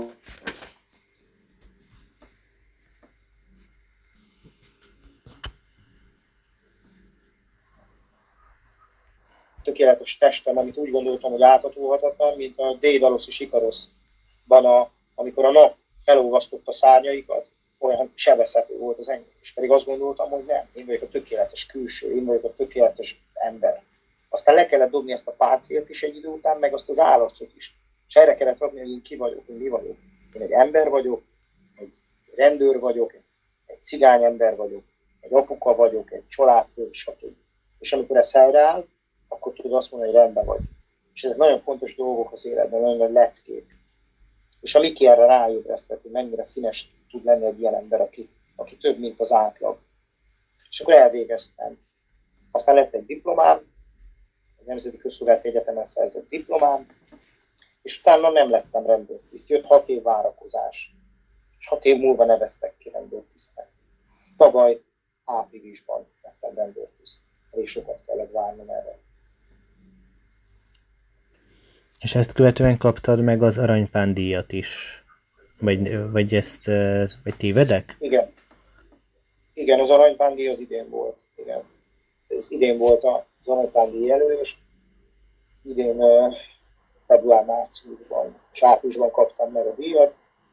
C: tökéletes testem, amit úgy gondoltam, hogy áthatolhatatlan, mint a Dédalosz és Ikaroszban, a, amikor a nap felolvasztotta szárnyaikat, olyan sebezhető volt az enyém. És pedig azt gondoltam, hogy nem, én vagyok a tökéletes külső, én vagyok a tökéletes ember. Aztán le kellett dobni ezt a páncélt is egy idő után, meg azt az állarcot is. És erre kellett rakni, hogy én ki vagyok, hogy mi vagyok. Én egy ember vagyok, egy rendőr vagyok, egy cigány ember vagyok, egy apuka vagyok, egy családfő, stb. És amikor ez helyreáll, akkor tudod azt mondani, hogy rendben vagy. És ezek nagyon fontos dolgok az életben, nagyon nagy leckék. És a Miki erre ráébresztett, hogy mennyire színes tud lenni egy ilyen ember, aki, aki több, mint az átlag. És akkor elvégeztem. Aztán lett egy diplomám, a Nemzeti Közszolgálati Egyetemen szerzett diplomám, és utána nem lettem rendőrtiszt. Jött hat év várakozás, és hat év múlva neveztek ki rendőrtisztnek. Tavaly áprilisban lettem rendőrtiszt. Elég sokat kellett várnom erre.
B: És ezt követően kaptad meg az aranypándíjat is? Vagy, vagy ezt, vagy tévedek?
C: Igen, igen, az aranypándíj az idén volt. Igen. Ez idén volt az aranypándíj jelölés. Idén uh, február-márciusban és áprilisban kaptam meg a díjat.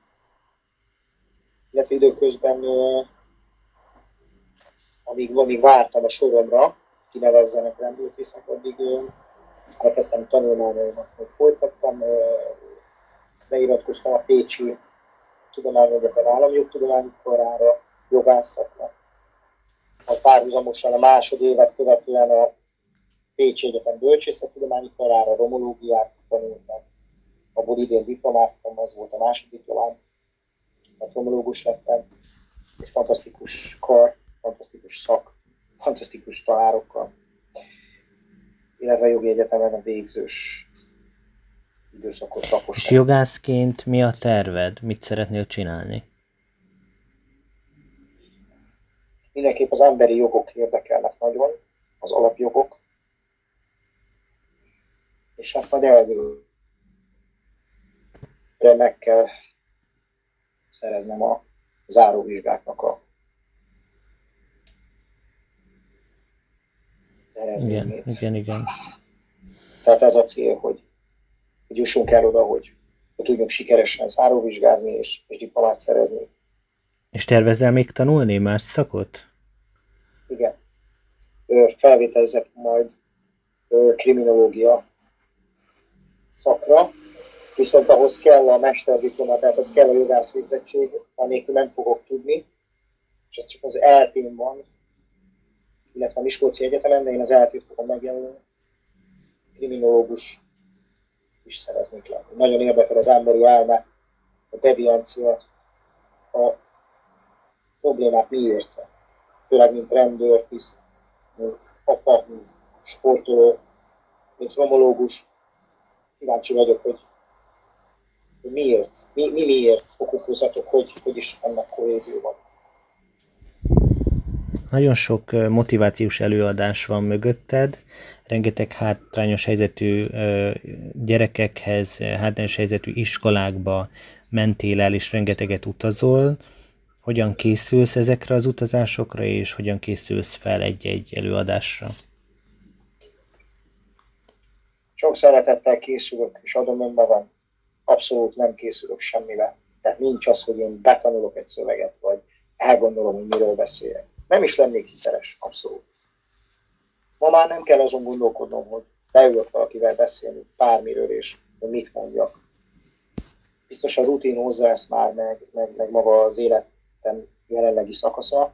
C: Illetve időközben, uh, amíg, amíg vártam a soromra, kinevezzenek rendőrtisztnek, addig uh, elkezdtem tanulmányaimat, hogy folytattam. Uh, beiratkoztam a Pécsi Tudományegyetem államjogtudományi karára, jogászakra. A párhuzamosan a másodévet követően a Pécsi Egyetem bölcsészettudományi karára, romológiát tanultam. Abból idén diplomáztam, az volt a második diplomám, tehát romológus lettem. Egy fantasztikus kar, fantasztikus szak, fantasztikus tanárokkal. Illetve a jogi egyetemen a végzős időszakot tapostam.
B: És jogászként mi a terved? Mit szeretnél csinálni?
C: Mindenképp az emberi jogok érdekelnek nagyon, az alapjogok, és hát majd elvül. Meg kell szereznem a záróvizsgáknak a az eredményét.
B: Igen, igen, igen.
C: Tehát ez a cél, hogy, hogy jussunk el oda, hogy, hogy tudjunk sikeresen záróvizsgázni és, és diplomát szerezni.
B: És tervezel még tanulni más szakot?
C: Igen. Felvételizek majd kriminológia szakra, viszont ahhoz kell a mesterdiploma, tehát az kell a jogász végzettség, anélkül nem fogok tudni, és ez csak az é el té-n van, illetve a Miskolci Egyetemen, de én az é el té-t fogom megjelölni. Kriminológus is szeretnék lenni. Nagyon érdekel az emberi elme, a deviancia, a problémák miért van. Főleg, mint rendőr, tiszt, mint apa, mint sportoló, mint romológus. Kíváncsi vagyok, hogy, hogy miért, mi, mi miért okokozatok, hogy, hogy is vannak kohézióban.
B: Nagyon sok motivációs előadás van mögötted, rengeteg hátrányos helyzetű gyerekekhez, hátrányos helyzetű iskolákba mentél el, és rengeteget utazol. Hogyan készülsz ezekre az utazásokra, és hogyan készülsz fel egy-egy előadásra?
C: Sok szeretettel készülök, és adom önmagam. Abszolút nem készülök semmivel. Tehát nincs az, hogy én betanulok egy szöveget, vagy elgondolom, hogy miről beszéljek. Nem is lennék hiteles, abszolút. Ma már nem kell azon gondolkodnom, hogy beülök valakivel beszélni bármiről, és hogy mit mondjak. Biztos a rutin hozza ezt már, meg, meg, meg maga az életem jelenlegi szakasza,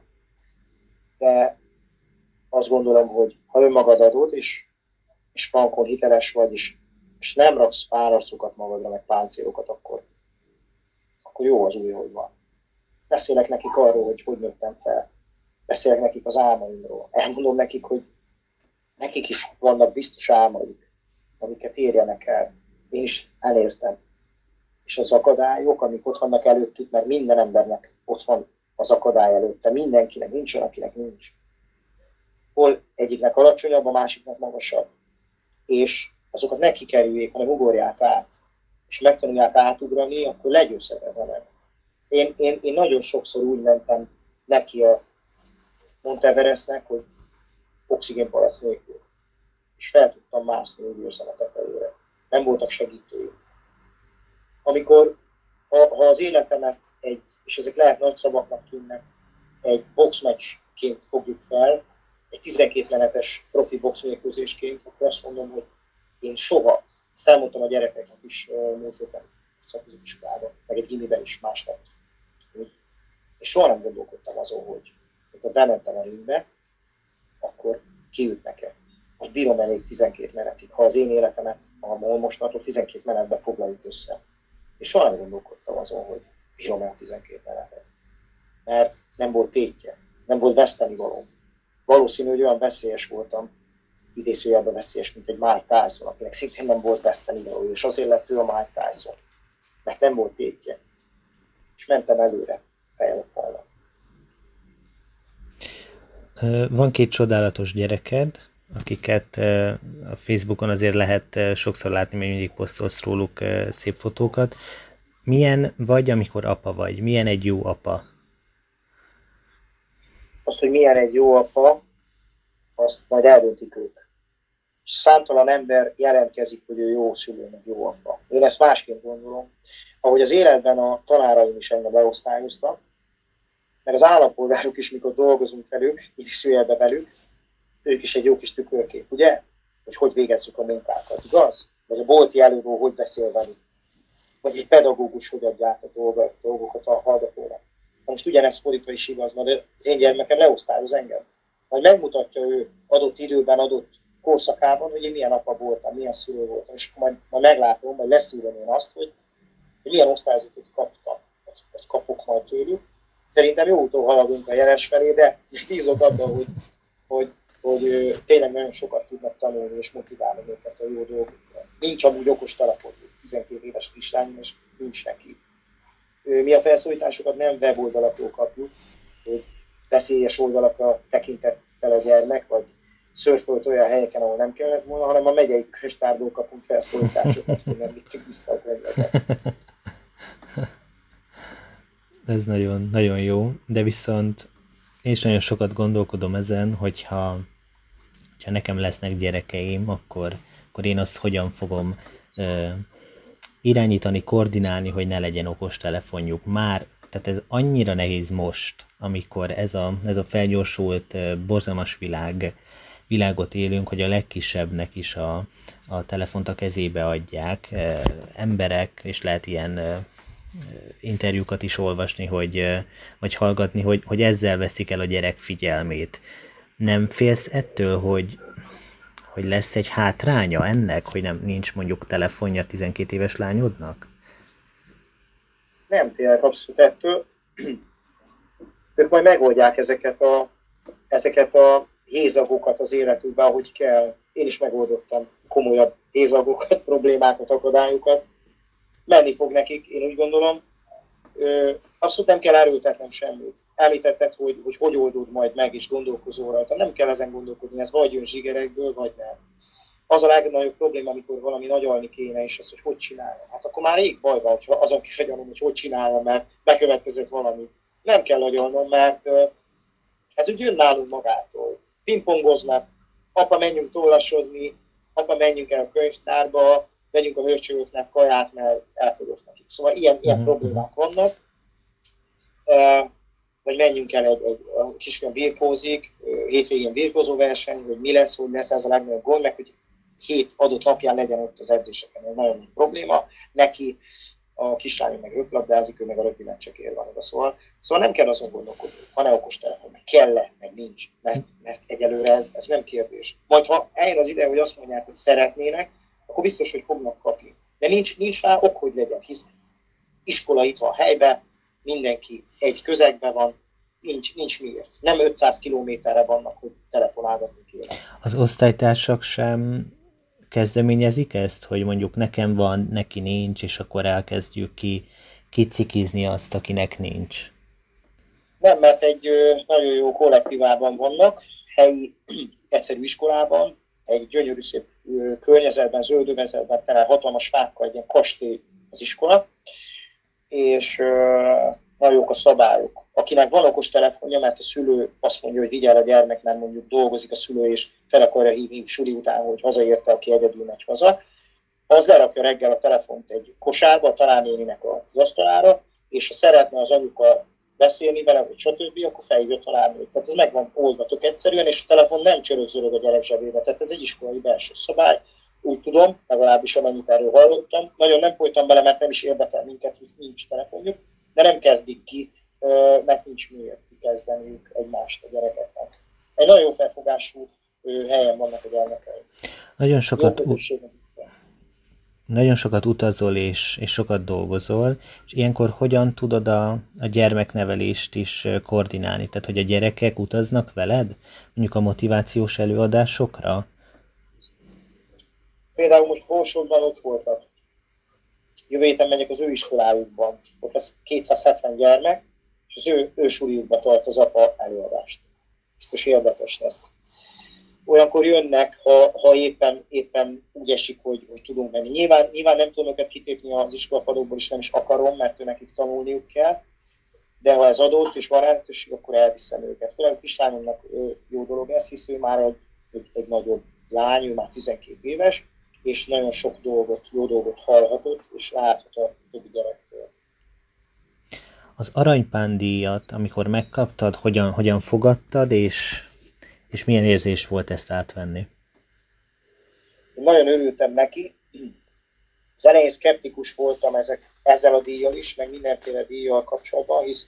C: de azt gondolom, hogy ha önmagad adod, és, és frankon hiteles vagy, és, és nem raksz párarcokat magadra, meg páncélokat, akkor, akkor jó az új, hogy van. Beszélek nekik arról, hogy hogy nőttem fel. Beszélek nekik az álmaimról. Elmondom nekik, hogy nekik is vannak biztos álmaik, amiket érjenek el. Én is elértem. És az akadályok, amik ott vannak előttük, mert minden embernek ott van az akadály előtte. Mindenkinek, nincs olyan, akinek nincs. Hol egyiknek alacsonyabb, a másiknak magasabb. És azokat ne kikerüljék, hanem ugorják át. És megtanulják átugrani, akkor legyőzheted velem. Én, én, én nagyon sokszor úgy mentem neki a Mount Everestnek, hogy oxigénpalac nélkül. És fel tudtam mászni, úgy érzem a tetejére. Nem voltak segítőim. Amikor, ha, ha az életemet egy, és ezek lehet nagy szavaknak tűnnek, egy boxmeccsként fogjuk fel, egy tizenkét menetes profi boxmérkőzésként, akkor azt mondom, hogy én soha, számoltam a gyerekeknek is uh, múlt héten szakközépiskolában, meg egy gimiben is másnap. És soha nem gondolkodtam azon, hogy amikor bementem a ringbe, akkor kiütnek-e, hogy bírom elég tizenkét menetig, ha az én életemet, ahol most tartok, tizenkét menetbe foglaljuk össze. És soha nem gondolkodtam azon, hogy bírom el tizenkét menetet. Mert nem volt tétje, nem volt veszteni való. Valószínű, hogy olyan veszélyes voltam, idézőjelben veszélyes, mint egy Mike Tyson, akinek szintén nem volt veszteni való, és azért lett ő a Mike Tyson, mert nem volt tétje. És mentem előre, fejjel a falra.
B: Van két csodálatos gyereked, akiket a Facebookon azért lehet sokszor látni, mert mindig posztolsz róluk szép fotókat. Milyen vagy, amikor apa vagy? Milyen egy jó apa?
C: Azt, hogy milyen egy jó apa, azt majd eldöntik ők. Számtalan ember jelentkezik, hogy ő jó szülő, meg jó apa. Én ezt másként gondolom. Ahogy az életben a tanáraim is engem beosztályoztak, meg az állampolgárok is, mikor dolgozunk velük, idézőjelbe velük, ők is egy jó kis tükörkép, ugye? Hogy hogy végezzük a munkákat, igaz? Vagy a bolti előadó hogy beszél velük. Vagy egy pedagógus hogy adja át a dolgokat a hallgatóra. Most ugyanezt fordítva is igaz, mert az én gyermekem leosztályoz engem. Majd megmutatja ő adott időben, adott korszakában, hogy én milyen apa voltam, milyen szülő voltam, és majd, majd meglátom, vagy leszűröm én azt, hogy, hogy milyen osztályzatot kaptam, vagy, vagy kapok majd tőlük. Szerintem jó úton haladunk a jeles felé, de bízok abban, hogy, hogy, hogy tényleg nagyon sokat tudnak tanulni, és motiválni őket a jó dolgokra. Nincs amúgy okos telefon, tizenkét éves kislányom, és nincs neki. Mi a felszólításokat nem weboldalakról kapjuk, hogy veszélyes oldalakra tekintett fel a gyermek, vagy szörfölt olyan helyeken, ahol nem kellett volna, hanem a megyei könyvtárból kapunk felszólításokat, hogy nem vittük vissza a könyveket.
B: Ez nagyon, nagyon jó, de viszont én is nagyon sokat gondolkodom ezen, hogyha, hogyha nekem lesznek gyerekeim, akkor, akkor én azt hogyan fogom ö, irányítani, koordinálni, hogy ne legyen okos telefonjuk. Már, tehát ez annyira nehéz most, amikor ez a, ez a felgyorsult, borzalmas világ, világot élünk, hogy a legkisebbnek is a, a telefont a kezébe adják. Emberek, és lehet ilyen interjúkat is olvasni, hogy, vagy hallgatni, hogy, hogy ezzel veszik el a gyerek figyelmét. Nem félsz ettől, hogy, hogy lesz egy hátránya ennek, hogy nem nincs mondjuk telefonja tizenkét éves lányodnak?
C: Nem félek abszolút ettől. Ők majd megoldják ezeket a, ezeket a hézagokat az életükben, ahogy kell. Én is megoldottam komolyabb hézagokat, problémákat, akadályokat. Menni fog nekik, én úgy gondolom. Abszolút nem kell erőltetnem semmit. Említetted, hogy, hogy hogy oldod majd meg, és gondolkozol rajta. Nem kell ezen gondolkodni, ez vagy jön zsigerekből, vagy nem. Az a legnagyobb probléma, amikor valami nagyalni kéne, és az, hogy hogy csinálja. Hát akkor már rég baj van, hogyha azon kell agyalnom, hogy hogy csinálja, mert bekövetkezett valami. Nem kell agyalnom, mert ez úgy jön nálunk magától. Pingpongoznak, apa menjünk tollasozni, apa menjünk el a könyvtárba, vegyünk a hörcsögöknek kaját, mert elfogyott nekik. Szóval ilyen, ilyen uh-huh. problémák vannak. Uh, vagy menjünk el egy, egy a kisfiam birkózik, hétvégén birkózó verseny, hogy mi lesz, hogy lesz ez a legnagyobb gond, meg hogy hét adott napján legyen ott az edzéseken. Ez nagyon nagy probléma. Neki a kislányom meg röplabdázik, ő meg a rögbi meccsekért van oda, szóval, szóval nem kell azon gondolkodni, ha ne okos telefon, meg kell-e, meg nincs, mert, mert egyelőre ez, ez nem kérdés. Majd ha eljön az ide, hogy azt mondják, hogy szeretnének, akkor biztos, hogy fognak kapni. De nincs, nincs rá ok, hogy legyen, hisz iskola itt van helyben, mindenki egy közegben van, nincs, nincs miért. Nem ötszáz kilométerre vannak, hogy telefonálgatni kéne.
B: Az osztálytársak sem kezdeményezik ezt, hogy mondjuk nekem van, neki nincs, és akkor elkezdjük ki kicikizni azt, akinek nincs?
C: Nem, mert egy nagyon jó kollektívában vannak, helyi, egyszerű iskolában, egy gyönyörű szép környezetben, zöldövezetben, tele hatalmas fákkal, egy ilyen kastély az iskola, és nagyon jók a szabályok. Akinek van okos telefonja, mert a szülő azt mondja, hogy vigyel a gyermek, mert mondjuk dolgozik a szülő, és fel akarja hívni suli után, hogy hazaérte, aki egyedül megy haza, az lerakja reggel a telefont egy kosárba, a tanárnéninek az asztalára, és ha szeretne az anyuka beszélni vele, vagy stb., akkor felhívja a tanárnőt. Tehát ez meg van oldva tök egyszerűen, és a telefon nem csörög-zörög a gyerek zsebébe. Tehát ez egy iskolai belső szabály. Úgy tudom, legalábbis amennyit erről hallottam. Nagyon nem folytam bele, mert nem is érdekel minket, hisz nincs telefonjuk, de nem kezdik ki, mert nincs miért kikezdeniük egymást a gyerekeknek. Egy nagyon jó felfogású helyen vannak a gyermekeik.
B: Nagyon sokat, nagyon sokat utazol és, és sokat dolgozol, és ilyenkor hogyan tudod a, a gyermeknevelést is koordinálni? Tehát, hogy a gyerekek utaznak veled? Mondjuk a motivációs előadásokra?
C: Például most Borsodban ott voltak. Jövő héten megyek az ő iskolájukban. Ott lesz kétszázhetven gyermek, és az ő, ő suliukba tart az apa előadást. Biztos érdekes lesz. olyankor jönnek, ha, ha éppen, éppen úgy esik, hogy, hogy tudunk menni. Nyilván, nyilván nem tudom őket kitépni az iskolapadokból, és nem is akarom, mert ő nekik tanulniuk kell, de ha ez adott és van lehetőség, akkor elviszem őket. Főleg a kislányomnak jó dolog ez, hisz ő már egy, egy, egy nagyobb lány, ő már tizenkét éves, és nagyon sok dolgot, jó dolgot hallhatott, és láthat a többi gyerektől.
B: Az aranypándíjat, amikor megkaptad, hogyan, hogyan fogadtad, és, és milyen érzés volt ezt átvenni?
C: Én nagyon örültem neki. Az elején szkeptikus voltam ezek, ezzel a díjjal is, meg mindenféle díjjal kapcsolatban, hisz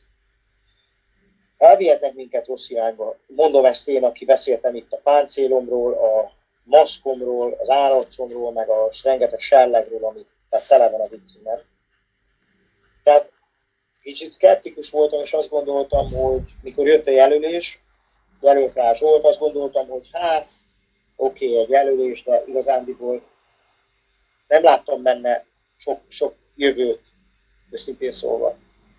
C: elvihetnek minket rossz irányba. Mondom ezt én, aki beszéltem itt a páncélomról, a maszkomról, az állarcomról, meg a rengeteg serlegről, ami tehát tele van a vitrinen. Tehát kicsit szkeptikus voltam, és azt gondoltam, hogy mikor jött a jelölés, jelölt rá Zsolt, azt gondoltam, hogy hát, oké, okay, egy jelölés, de igazándiból nem láttam benne sok, sok jövőt, őszintén szólva.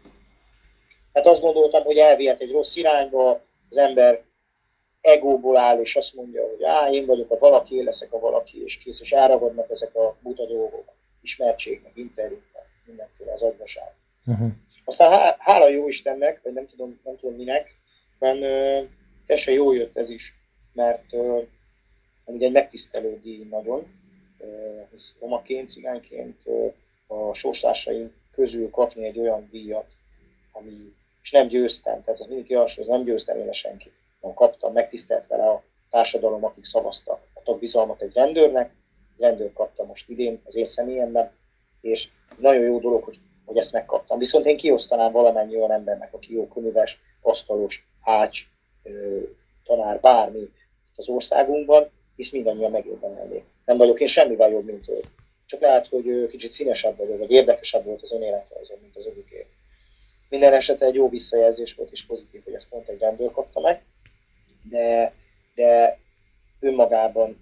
C: Hát azt gondoltam, hogy elvihet egy rossz irányba, az ember egóból áll, és azt mondja, hogy á, én vagyok a valaki, én leszek a valaki, és kész, és elragadnak ezek a buta dolgok, ismertségnek, interjúknak, mindenféle az agyvaság. Uh-huh. Aztán há- hála jó Istennek, vagy nem tudom, nem tudom minek, mert uh, teljesen jól jött ez is, mert uh, egy megtisztelő díj nagyon, uh, hisz romaként, cigányként uh, a sorstársaink közül kapni egy olyan díjat, ami, és nem győztem, tehát az mindig javasló, nem győztem én senkit. Nem kaptam, megtisztelt vele a társadalom, akik szavaztak. Adtak bizalmat egy rendőrnek, egy rendőr kapta most idén az én személyemben, és nagyon jó dolog, hogy, hogy ezt megkaptam. Viszont én kiosztanám valamennyi olyan embernek, aki jó könyves, asztalos, ács, tanár, bármi az országunkban, és mindannyian megérdemelnék. Nem vagyok én semmivel jobb, mint ő. Csak lehet, hogy kicsit színesebb vagyok, vagy érdekesebb volt az önéletrajzom, mint az övéké. Minden esetre egy jó visszajelzés volt, és pozitív, hogy ezt pont egy rendőr kapta meg, de, de önmagában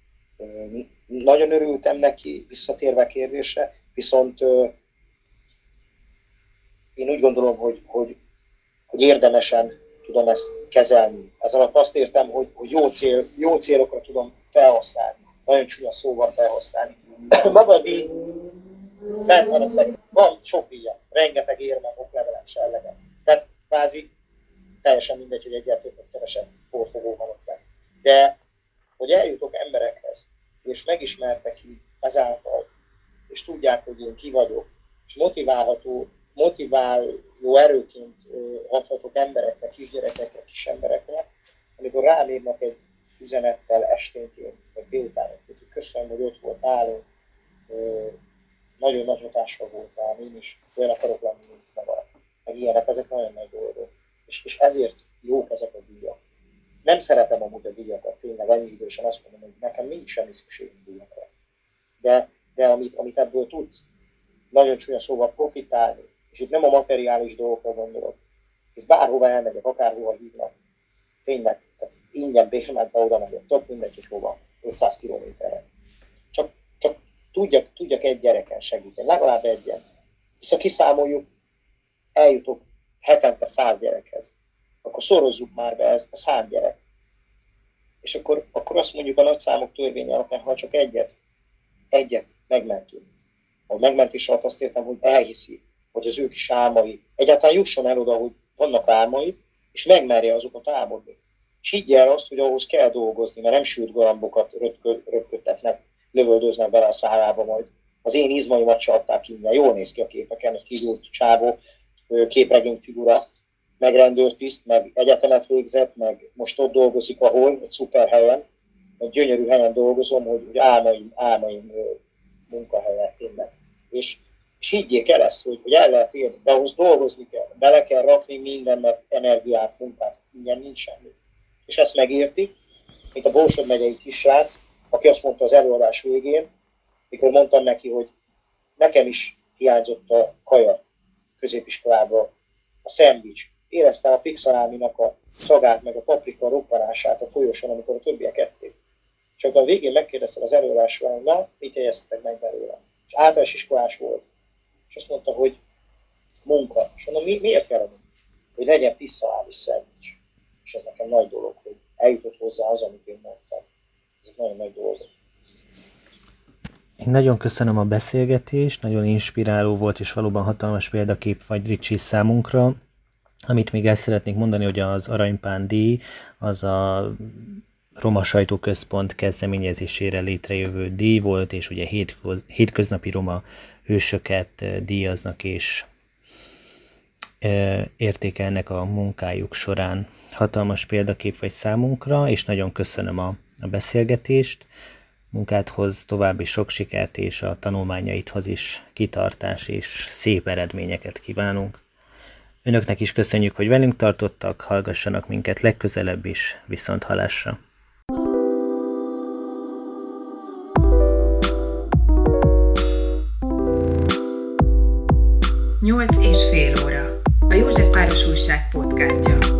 C: nagyon örültem neki, visszatérve a kérdésre, viszont én úgy gondolom, hogy, hogy, hogy érdemesen tudom ezt kezelni. Ez alatt azt értem, hogy, hogy jó, cél, jó célokra tudom felhasználni, nagyon csúnya szóval felhasználni. Maga a díj, bent van a szeg, van sok díja, rengeteg érme, oklevelem, serlegem. Tehát kvázi teljesen mindegy, hogy egyáltalán több vagy kevesebb porfogó van ott benne. De hogy eljutok emberekhez, és megismertek így ezáltal, és tudják, hogy én ki vagyok, és motiválható, motiváló erőként hathatok embereknek, kisgyerekeknek, kis embereknek, amikor rám írnak egy üzenettel esténként, vagy délutánonként, hogy köszönöm, hogy ott volt nálunk, nagyon nagy hatásra volt rám, én is olyan akarok lenni, mint maga. Meg ilyenek, ezek nagyon nagy dolgok. És, és ezért jók ezek a díjak. Nem szeretem amúgy a díjakat, tényleg ennyi idősen azt mondom, hogy nekem nincs semmi szükségem díjakra. De, de amit, amit ebből tudsz, nagyon csúnya szóval profitálni, és itt nem a materiális dolgokra gondolok, hisz bárhova elmegyek, akárhova hívnak, tényleg, tehát ingyen bérmentve oda megyek, tök mindegy, hogy hova, ötszáz kilométerre. Csak, csak tudjak, tudjak egy gyereken segíteni, legalább egyen. Hisz ha kiszámoljuk, eljutok hetente száz gyerekhez, akkor szorozzuk már be, ez, ez hány gyerek. És akkor, akkor azt mondjuk a nagyszámok törvény alapján, ha csak egyet, egyet megmentünk. A megmentés alatt azt értem, hogy elhiszi, hogy az ő kis álmai, egyáltalán jusson el oda, hogy vannak álmai, és megmerje azokat álmodni. És higgye el azt, hogy ahhoz kell dolgozni, mert nem sült galambokat röpködtetnek, lövöldöznek bele a szájába majd. Az én izmaimat csapták innen. Jól néz ki a képeken, egy kívült csávó, képregényfigura, meg rendőrtiszt, meg egyetemet végzett, meg most ott dolgozik, ahol, egy szuper helyen, egy gyönyörű helyen dolgozom, hogy, hogy álmaim, álmaim munkahelyen tényleg. És, és higgyék el ezt, hogy, hogy el lehet érni, de ahhoz dolgozni kell, bele kell rakni mindennek energiát, munkát, ingyen nincs semmi. És ezt megérti, mint a Borsod megyei kisrác, aki azt mondta az előadás végén, mikor mondtam neki, hogy nekem is hiányzott a kaja középiskolában, a szendvics. Éreztem a pixaláminak a szagát, meg a paprika roppanását a folyosón, amikor a többiek ették. Csak a végén megkérdeztem az előadásról, hogy na, mit helyeztetek meg belőle. És általános iskolás volt. És azt mondta, hogy munka. És mondom, mi, miért kell a munka? Hogy legyen pixalámi szendvics. És ez nekem nagy dolog, hogy eljutott hozzá az, amit én mondtam. ezek nagyon nagy dolgok.
B: Én nagyon köszönöm a beszélgetést, nagyon inspiráló volt, és valóban hatalmas példakép vagy Ricsi számunkra. Amit még el szeretnék mondani, hogy az Aranypán díj az a Roma Sajtóközpont kezdeményezésére létrejövő díj volt, és ugye hétköz, hétköznapi roma hősöket díjaznak, és e, értékelnek a munkájuk során. Hatalmas példakép vagy számunkra, és nagyon köszönöm a, a beszélgetést. Munkádhoz további sok sikert, és a tanulmányaidhoz is kitartás és szép eredményeket kívánunk. Önöknek is köszönjük, hogy velünk tartottak, hallgassanak minket legközelebb is, viszont hallásra.
A: Nyolc és fél óra. A József Város Újság podcastja.